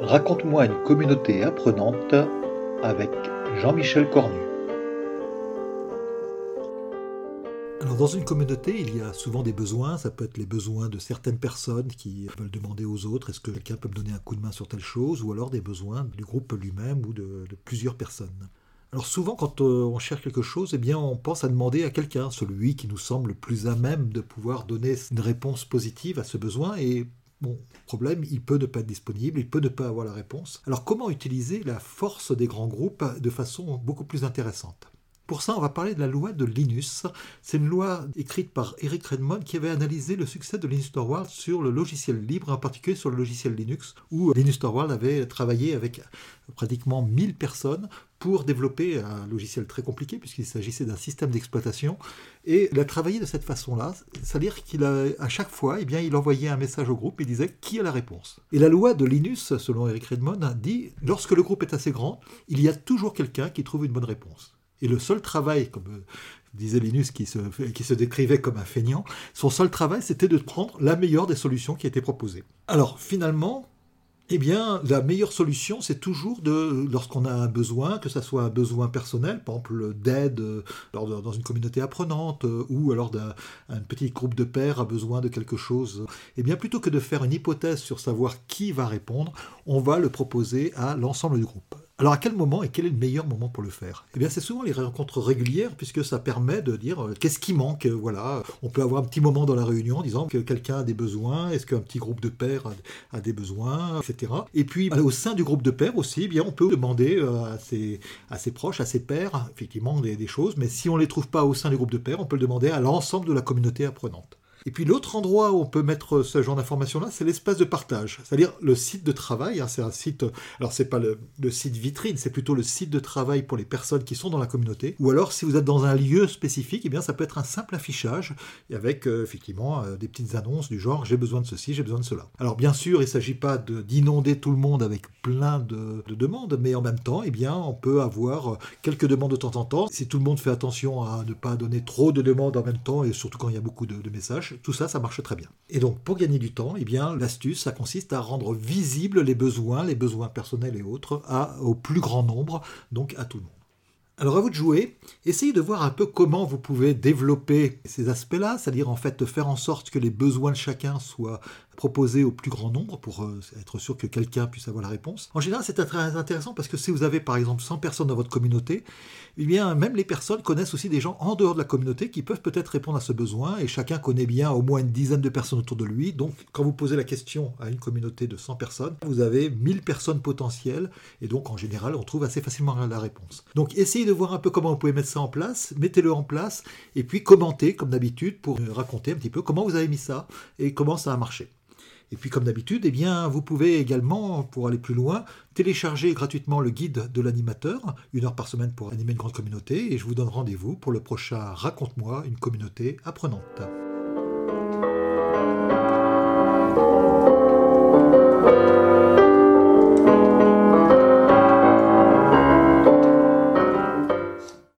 Raconte-moi une communauté apprenante avec Jean-Michel Cornu. Alors dans une communauté, il y a souvent des besoins. Ça peut être les besoins de certaines personnes qui veulent demander aux autres est-ce que quelqu'un peut me donner un coup de main sur telle chose, ou alors des besoins du groupe lui-même ou de plusieurs personnes. Alors souvent quand on cherche quelque chose, eh bien on pense à demander à quelqu'un, celui qui nous semble le plus à même de pouvoir donner une réponse positive à ce besoin. Et bon, problème, il peut ne pas être disponible, il peut ne pas avoir la réponse. Alors comment utiliser la force des grands groupes de façon beaucoup plus intéressante ? Pour ça, on va parler de la loi de Linus. C'est une loi écrite par Eric Redmond qui avait analysé le succès de Linus Torvalds sur le logiciel libre, en particulier sur le logiciel Linux, où Linus Torvalds avait travaillé avec pratiquement 1000 personnes pour développer un logiciel très compliqué, puisqu'il s'agissait d'un système d'exploitation. Et il a travaillé de cette façon-là, c'est-à-dire qu'à chaque fois, eh bien, il envoyait un message au groupe et disait qui a la réponse. Et la loi de Linus, selon Eric Redmond, dit lorsque le groupe est assez grand, il y a toujours quelqu'un qui trouve une bonne réponse. Et le seul travail, comme disait Linus qui se décrivait comme un feignant, son seul travail c'était de prendre la meilleure des solutions qui étaient proposées. Alors finalement, eh bien, la meilleure solution, c'est toujours lorsqu'on a un besoin, que ce soit un besoin personnel, par exemple d'aide dans une communauté apprenante, ou alors un petit groupe de pairs a besoin de quelque chose, eh bien, plutôt que de faire une hypothèse sur savoir qui va répondre, on va le proposer à l'ensemble du groupe. Alors à quel moment et quel est le meilleur moment pour le faire ? Eh bien c'est souvent les rencontres régulières puisque ça permet de dire qu'est-ce qui manque. Voilà, on peut avoir un petit moment dans la réunion en disant que quelqu'un a des besoins, est-ce qu'un petit groupe de pairs a des besoins, etc. Et puis au sein du groupe de pairs aussi, eh bien, on peut demander à ses proches, à ses pairs, effectivement des choses, mais si on ne les trouve pas au sein du groupe de pairs, on peut le demander à l'ensemble de la communauté apprenante. Et puis l'autre endroit où on peut mettre ce genre d'informations-là, c'est l'espace de partage. C'est-à-dire le site de travail, c'est un site, alors c'est pas le site vitrine, c'est plutôt le site de travail pour les personnes qui sont dans la communauté. Ou alors si vous êtes dans un lieu spécifique, eh bien ça peut être un simple affichage avec effectivement des petites annonces du genre j'ai besoin de ceci, j'ai besoin de cela. Alors bien sûr, il ne s'agit pas d'inonder tout le monde avec plein de demandes, mais en même temps, eh bien on peut avoir quelques demandes de temps en temps. Si tout le monde fait attention à ne pas donner trop de demandes en même temps, et surtout quand il y a beaucoup de messages, tout ça, ça marche très bien. Et donc, pour gagner du temps, eh bien, l'astuce, ça consiste à rendre visibles les besoins personnels et autres, au plus grand nombre, donc à tout le monde. Alors à vous de jouer, essayez de voir un peu comment vous pouvez développer ces aspects-là, c'est-à-dire en fait de faire en sorte que les besoins de chacun soient proposés au plus grand nombre pour être sûr que quelqu'un puisse avoir la réponse. En général, c'est très intéressant parce que si vous avez par exemple 100 personnes dans votre communauté, eh bien même les personnes connaissent aussi des gens en dehors de la communauté qui peuvent peut-être répondre à ce besoin et chacun connaît bien au moins une dizaine de personnes autour de lui. Donc quand vous posez la question à une communauté de 100 personnes, vous avez 1000 personnes potentielles et donc en général, on trouve assez facilement la réponse. Donc essayez de voir un peu comment vous pouvez mettre ça en place, mettez-le en place et puis commentez comme d'habitude pour raconter un petit peu comment vous avez mis ça et comment ça a marché. Et puis comme d'habitude, eh bien, vous pouvez également, pour aller plus loin, télécharger gratuitement le guide de l'animateur, 1 heure par semaine pour animer une grande communauté, et je vous donne rendez-vous pour le prochain Raconte-moi une communauté apprenante.